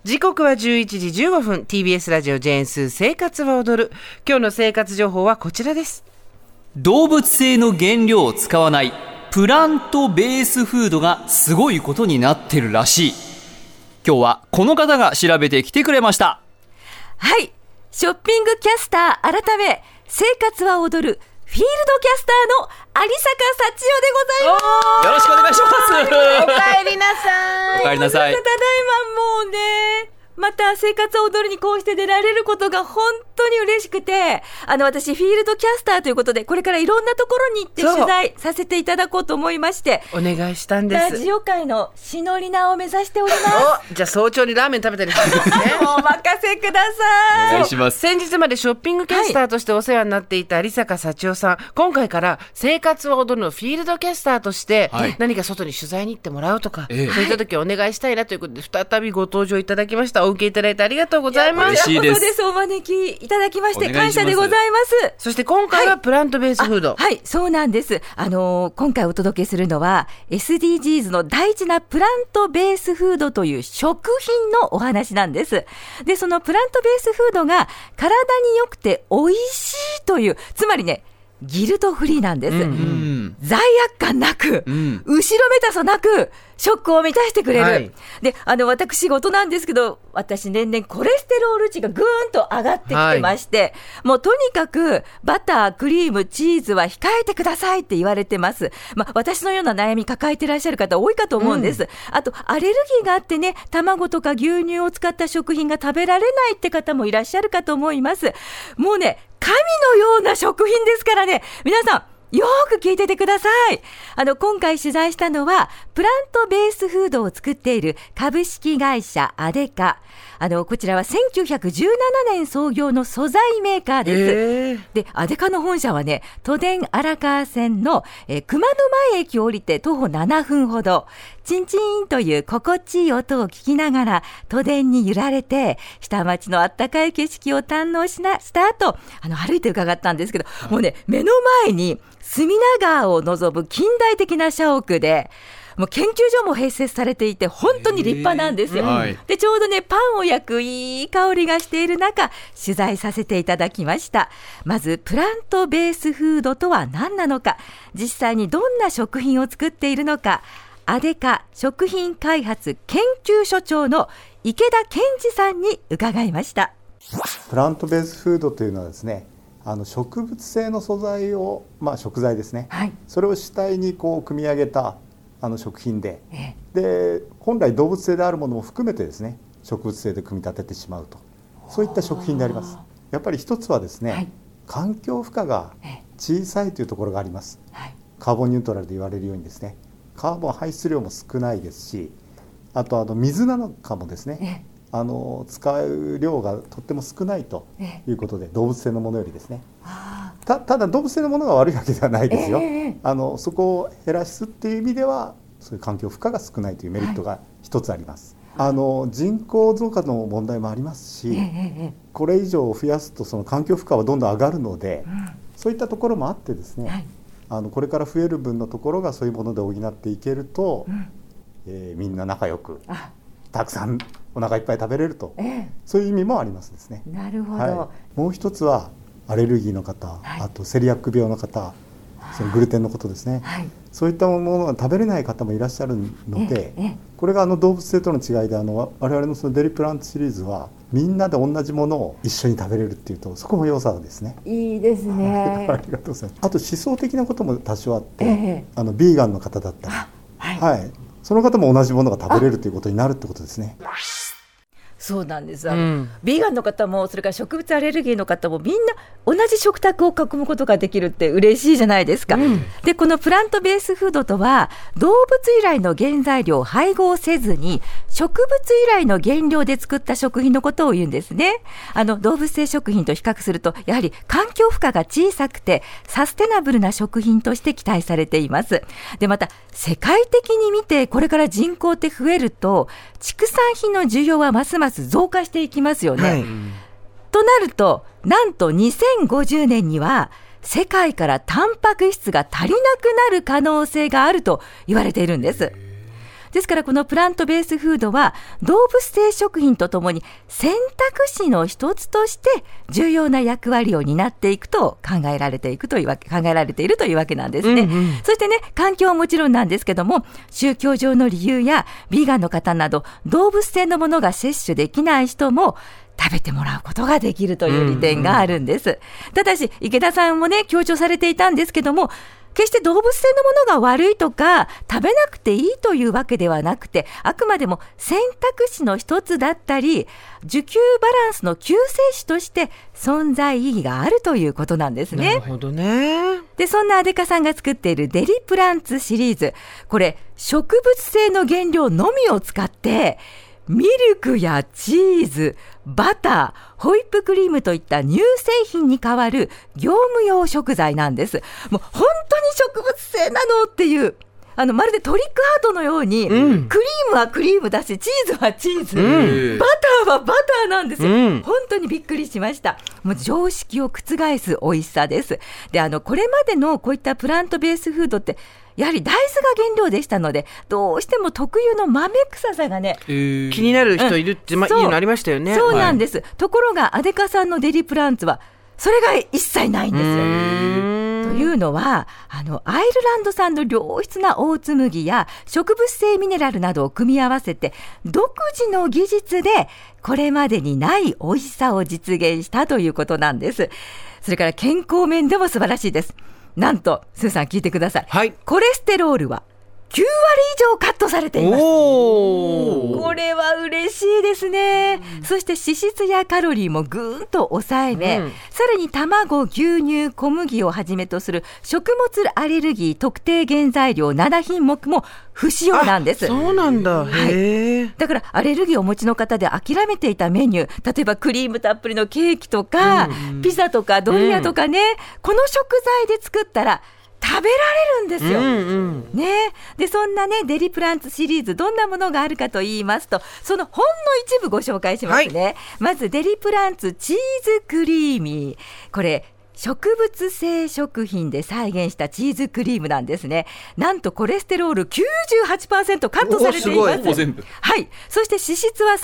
時刻は11時15分 TBS ラジオジェーンスー生活は踊る。今日の生活情報はこちらです。 動物性の原料を使わないプラントベースフードがすごいことになってるらしい。今日はこの方が調べてきてくれました。 はい、ショッピングキャスター改め生活は踊るフィールドキャスターの有坂幸代でございます。 よろしくお願いします。 おかえりなさい。 おかえりなさい。 ただいまもうね、また生活を踊るにこうして出られることが本当に嬉しくて、私フィールドキャスターということでこれからいろんなところに行って取材させていただこうと思いましてお願いしたんです。 ラジオ界のしのりなを目指しております。 じゃあ早朝にラーメン食べたりするんですね。 お任せください。 お願いします。 先日までショッピングキャスターとしてお世話になっていた有坂幸代さん、今回から生活は踊るのフィールドキャスターとして、何か外に取材に行ってもらうとか、そういった時お願いしたいなということで再びご登場いただきました。お受けいただいてありがとうございます。 嬉しいです。 ですお招きいただきまして感謝でございます。 そして今回はプラントベースフード。 はい、そうなんです。今回お届けするのは SDGs の大事なプラントベースフードという食品のお話なんです。で、そのプラントベースフードが体に良くて美味しいという、つまりね、ギルトフリーなんです。罪悪感なく、後ろめたさなく、ショックを満たしてくれる。はい、で、私事なんですけど、私年々コレステロール値がぐーんと上がってきてまして、もうとにかくバター、クリーム、チーズは控えてくださいって言われてます。私のような悩み抱えてらっしゃる方多いかと思うんです。あと、アレルギーがあってね、卵とか牛乳を使った食品が食べられないって方もいらっしゃるかと思います。もうね、神のような食品ですからね、皆さん、よーく聞いててください。今回取材したのは、プラントベースフードを作っている株式会社アデカ。こちらは1917年創業の素材メーカーです。で、アデカの本社はね、都電荒川線の、熊野前駅を降りて徒歩7分ほど、チンチンという心地いい音を聞きながら、都電に揺られて、下町のあったかい景色を堪能した後、歩いて伺ったんですけど、もうね、目の前に、隅田川を望む近代的な社屋で、もう研究所も併設されていて本当に立派なんですよ。で、ちょうどね、パンを焼くいい香りがしている中、取材させていただきました。まずプラントベースフードとは何なのか、実際にどんな食品を作っているのか、アデカ食品開発研究所長の池田健二さんに伺いました。 プラントベースフードというのはですね、植物性の素材を、食材ですね、それを主体にこう組み上げた食品で、本来動物性であるものも含めてですね、植物性で組み立ててしまうと、そういった食品であります。やっぱり一つはですね、環境負荷が小さいというところがあります。カーボンニュートラルで言われるようにですね、カーボン排出量も少ないですし、あと水なんかもですね、使う量がとっても少ないということで、動物性のものよりですね。ただ動物性のものが悪いわけではないですよ。そこを減らすっていう意味では、そういう環境負荷が少ないというメリットが一つあります。人口増加の問題もありますし、これ以上増やすとその環境負荷はどんどん上がるので、そういったところもあってですね、これから増える分のところがそういうもので補っていけると、みんな仲良くたくさんお腹いっぱい食べれると、そういう意味もありますですね。 なるほど。 もう一つはアレルギーの方、あとセリアック病の方、そのグルテンのことですね、そういったものが食べれない方もいらっしゃるので、これが動物性との違いで、我々のそのデリプラントシリーズはみんなで同じものを一緒に食べれるっていうと、そこも良さですね。 いいですね。 ありがとうございます。あと思想的なことも多少あって、ビーガンの方だったり、その方も同じものが食べれるということになるってことですね。 そうなんです。ビーガンの方も、それから植物アレルギーの方もみんな同じ食卓を囲むことができるって嬉しいじゃないですか。で、このプラントベースフードとは、動物由来の原材料を配合せずに植物由来の原料で作った食品のことを言うんですね。動物性食品と比較すると、やはり環境負荷が小さくてサステナブルな食品として期待されています。で、また世界的に見て、これから人口って増えると、畜産品の需要はますます増加していきますよね。となると、なんと2050年には世界からタンパク質が足りなくなる可能性があると言われているんです。 ですからこのプラントベースフードは動物性食品とともに選択肢の一つとして重要な役割を担っていくと考えられているというわけなんですね、そしてね、環境はもちろんなんですけども、宗教上の理由やビーガンの方など動物性のものが摂取できない人も食べてもらうことができるという利点があるんです、ただし池田さんもね強調されていたんですけども、決して動物性のものが悪いとか食べなくていいというわけではなくて、あくまでも選択肢の一つだったり受給バランスの救世主として存在意義があるということなんですね。 なるほどね。 でそんなアデカさんが作っているデリプランツシリーズ、これ植物性の原料のみを使ってミルクやチーズ、バター、ホイップクリームといった乳製品に代わる業務用食材なんです。もう本当に植物性なのっていう、まるでトリックアートのように、クリームはクリームだしチーズはチーズ、バターはバターなんですよ、本当にびっくりしました。もう常識を覆す美味しさです。でこれまでのこういったプラントベースフードってやはり大豆が原料でしたので、どうしても特有の豆臭さがね、 気になる人いるって、いうのありましたよね。 そうなんです、ところがアデカさんのデリプランツはそれが一切ないんですよ。というのはアイルランド産の良質なオーツ麦や植物性ミネラルなどを組み合わせて独自の技術でこれまでにない美味しさを実現したということなんです。それから健康面でも素晴らしいです。なんとスーさん聞いてください、はい、コレステロールは9割以上カットされています。これは嬉しいですね、そして脂質やカロリーもぐーんと抑えめ、さらに卵、牛乳、小麦をはじめとする食物アレルギー特定原材料7品目も不使用なんです。 そうなんだ、へだからアレルギーをお持ちの方で諦めていたメニュー、例えばクリームたっぷりのケーキとか、ピザとかドリアとかね、この食材で作ったら食べられるんですよ、ね。でそんなねデリプランツシリーズ、どんなものがあるかと言いますと、そのほんの一部ご紹介しますね、まずデリプランツチーズクリーミー、これ植物性食品で再現したチーズクリームなんですね。なんとコレステロール 98% カットされています。はい、そして脂質は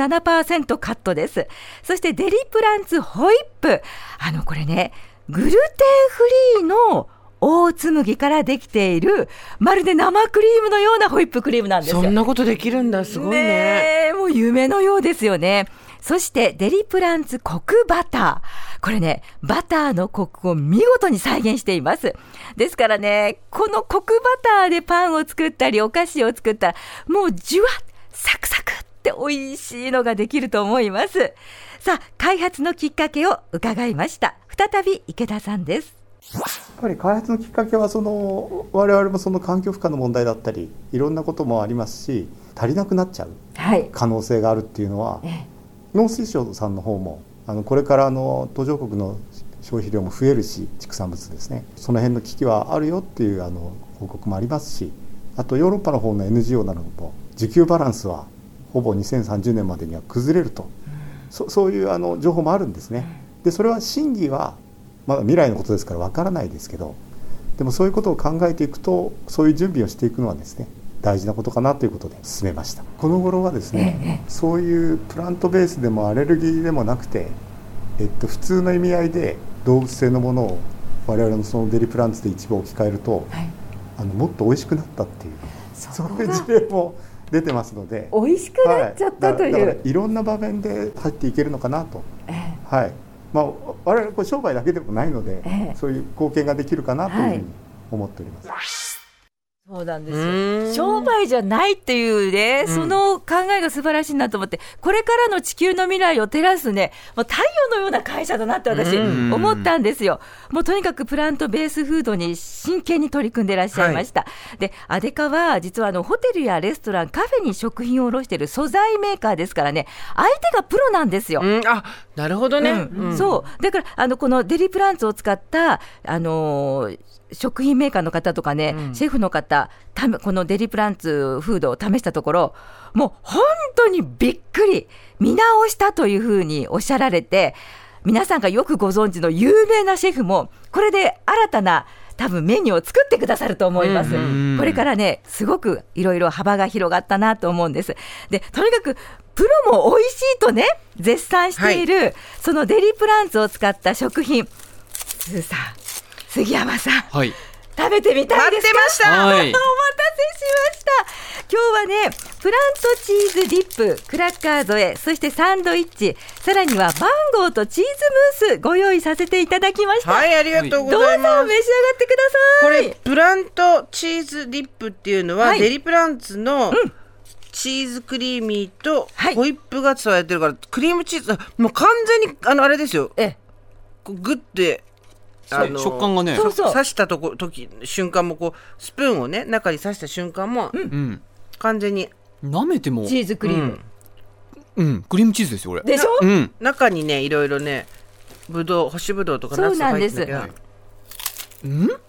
37% カットです。そしてデリプランツホイップ、これねグルテンフリーのオーツ麦からできているまるで生クリームのようなホイップクリームなんですよ。 そんなことできるんだ、すごい ね。 もう夢のようですよね。そしてデリプランツコクバター、これねバターのコクを見事に再現しています。ですからね、このコクバターでパンを作ったりお菓子を作ったらもうジュワッサクサクって美味しいのができると思います。さあ開発のきっかけを伺いました。再び池田さんです。 やっぱり開発のきっかけは我々もその環境負荷の問題だったりいろんなこともありますし、足りなくなっちゃう可能性があるっていうのは、農水省さんの方もこれから途上国の消費量も増えるし、畜産物ですね、その辺の危機はあるよっていう報告もありますし、あとヨーロッパの方の NGO なども需給バランスはほぼ2030年までには崩れると、そういう情報もあるんですね。でそれは真偽はまだ未来のことですからわからないですけど、でもそういうことを考えていくと、そういう準備をしていくのはですね大事なことかなということで進めました。この頃はですね、そういうプラントベースでもアレルギーでもなくて、普通の意味合いで動物性のものを我々のそのデリプランツで一部置き換えると、もっと美味ししくなったっていうそういう事例も出てますので、 美味しくなっちゃったという、 だからいろんな場面で入っていけるのかなと、我々これ商売だけでもないので、そういう貢献ができるかなというふうに思っております。 そうなんですよ。商売じゃないっていうね、その考えが素晴らしいなと思って、これからの地球の未来を照らすね、もう太陽のような会社だなって私思ったんですよ。もうとにかくプラントベースフードに真剣に取り組んでいらっしゃいました。でアデカは実はホテルやレストラン、カフェに食品を卸している素材メーカーですからね、相手がプロなんですよ。 なるほどね。 そうだからこのデリプランツを使った食品メーカーの方とかね、シェフの方、このデリプランツフードを試したところ、もう本当にびっくり、見直したというふうにおっしゃられて、皆さんがよくご存知の有名なシェフもこれで新たな多分メニューを作ってくださると思います。これからねすごくいろいろ幅が広がったなと思うんです。でとにかくプロも美味しいとね絶賛している、そのデリプランツを使った食品、スーさん、杉山さん、 はい食べてみたいですか？ 待ってました、 お待たせしました。今日はねプラントチーズディップ、クラッカー添え、そしてサンドイッチ、さらにはマンゴーとチーズムースご用意させていただきました。 はい、ありがとうごどうぞざいます。 召し上がってくだこさい。 れプラントチーズディップっていうのは、デリプランツのチーズクリーミーとホイップが使われてるから、クリームチーズもう完全にあれですよ、こうグッて食感がね、 そう刺した時瞬間もこうスプーンをね中に刺した瞬間も、完全に舐めてもチーズクリーム、 クリームチーズですよこれでしょ、 中にねいろいろねぶどう、干しぶどうとかナッツが入ってるんだけど、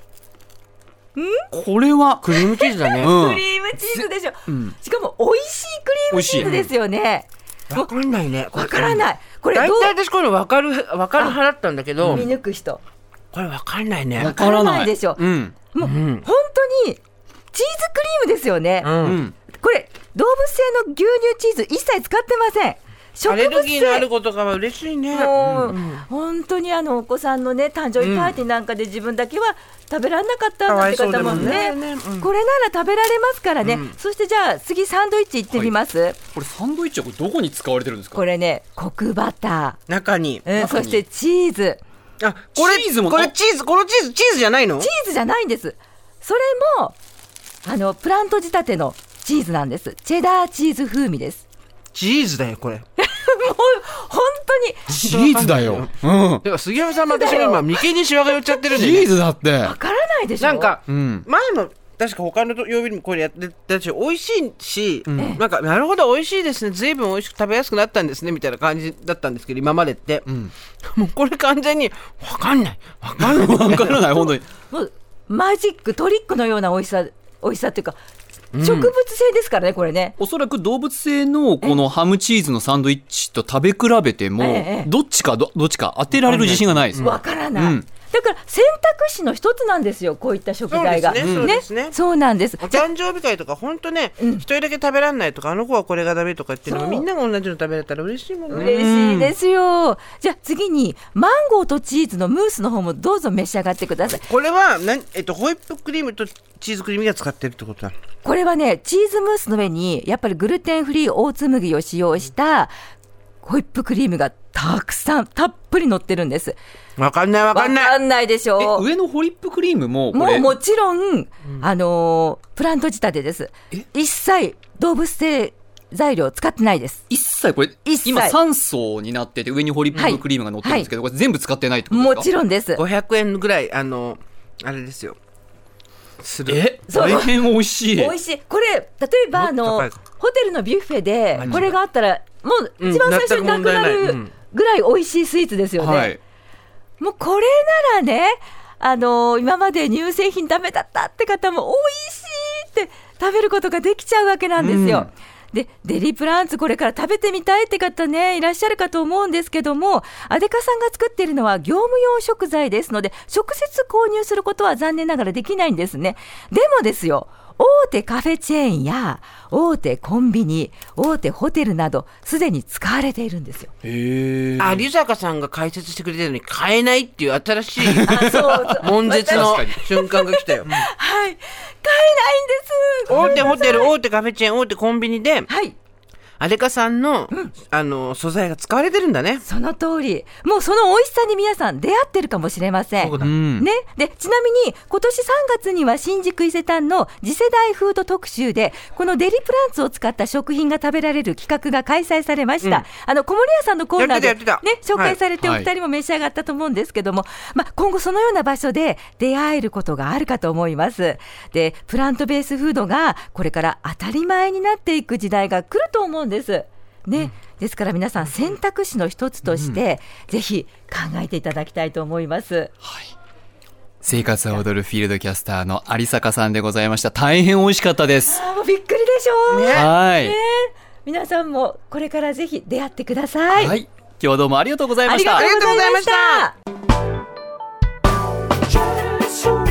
これはクリームチーズだね、 クリームチーズでしょ、しかも美味しいクリームチーズですよね。 わかんないね、 わからない。これ大体私こういうのわかる派だったんだけど、 見抜く人これわかんないね。 わからないでしょ、もう本当にチーズクリームですよね、これ動物性の牛乳チーズ一切使ってません。 アレルギーのあることが嬉しいね。 もう、本当にお子さんのね誕生日パーティーなんかで自分だけは食べられなかったなんて方もね、これなら食べられますからね、そしてじゃあ次サンドイッチいってみます、 これサンドイッチはこれどこに使われてるんですか？ これねコクバター中に、 そしてチーズ、 これチーズも、このチーズじゃないの？ チーズじゃないんです。それもプラント仕立てのチーズなんです。チェダーチーズ風味です。 チーズだよこれもう本当にチーズだよ。 でも杉山さんも私も今眉間にシワが寄っちゃってるんで、 チーズだってわからないでしょ。 なんか、前も確か他の曜日にもこれやってたし美味しいし、なんかなるほど美味しいですね、ずいぶん美味しく食べやすくなったんですねみたいな感じだったんですけど、今までって、もうこれ完全に分かんない本当にもうマジックトリックのような美味しさっていうか、植物性ですからねこれね。 おそらく動物性のこのハムチーズのサンドイッチと食べ比べても、どっちか当てられる自信がないです。 わからない、だから選択肢の一つなんですよ、こういった食材が。 そうですね。 そうなんです。 お誕生日会とか本当ね、一人だけ食べられないとか、あの子はこれがダメとかっていうのもみんなが同じの食べれたら嬉しいもんね。 嬉しいですよ。じゃあ次にマンゴーとチーズのムースの方もどうぞ召し上がってください。 これはホイップクリームとチーズクリームが使ってるってことだ。 これはねチーズムースの上にやっぱりグルテンフリーオーツ麦を使用したホイップクリームがたくさんたっぷり乗ってるんです。 わかんないでしょう。 上のホイップクリームももちろん、プラント仕立てです。一切動物性材料使ってないです。 一切これ今3層になってて上にホイップクリームが乗ってるんですけど、これ全部使ってないってことですか？ もちろんです。 500円ぐらいあれですよ。 大変美味しい。 美味しい。これ例えばホテルのビュッフェでこれがあったらもう一番最初になくなるぐらい美味しいスイーツですよね。もうこれならね今まで乳製品ダメだったって方も美味しいって食べることができちゃうわけなんですよ。でデリプランツこれから食べてみたいって方ねいらっしゃるかと思うんですけども、アデカさんが作っているのは業務用食材ですので直接購入することは残念ながらできないんですね。でもですよ、大手カフェチェーンや大手コンビニ、大手ホテルなどすでに使われているんですよ。 リサカさんが解説してくれてるのに買えないっていう新しい悶絶の瞬間が来たよ。 はい、買えないんです。 大手ホテル、大手カフェチェーン、大手コンビニで、アデカさんの、素材が使われてるんだね。 その通り。もうその美味しさに皆さん出会ってるかもしれません。ね。で、ちなみに今年3月には新宿伊勢丹の次世代フード特集でこのデリプランツを使った食品が食べられる企画が開催されました。小森屋さんのコーナーでね紹介されてお二人も召し上がったと思うんですけども、今後そのような場所で出会えることがあるかと思います。で、プラントベースフードがこれから当たり前になっていく時代が来ると思うんですね。ですから皆さん選択肢の一つとして、ぜひ考えていただきたいと思います。 生活を踊るフィールドキャスターの有坂さんでございました。大変美味しかったです。 もうびっくりでしょう、 はい皆さんもこれからぜひ出会ってください。 今日はどうもありがとうございました。 ありがとうございました。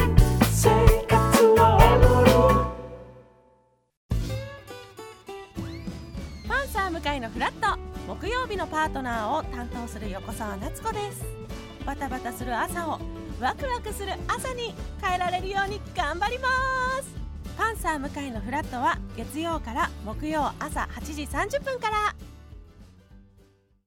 サー向かいのフラット、木曜日のパートナーを担当する横澤夏子です。バタバタする朝をワクワクする朝に変えられるように頑張ります。パンサー向かいのフラットは月曜から木曜朝8時30分から。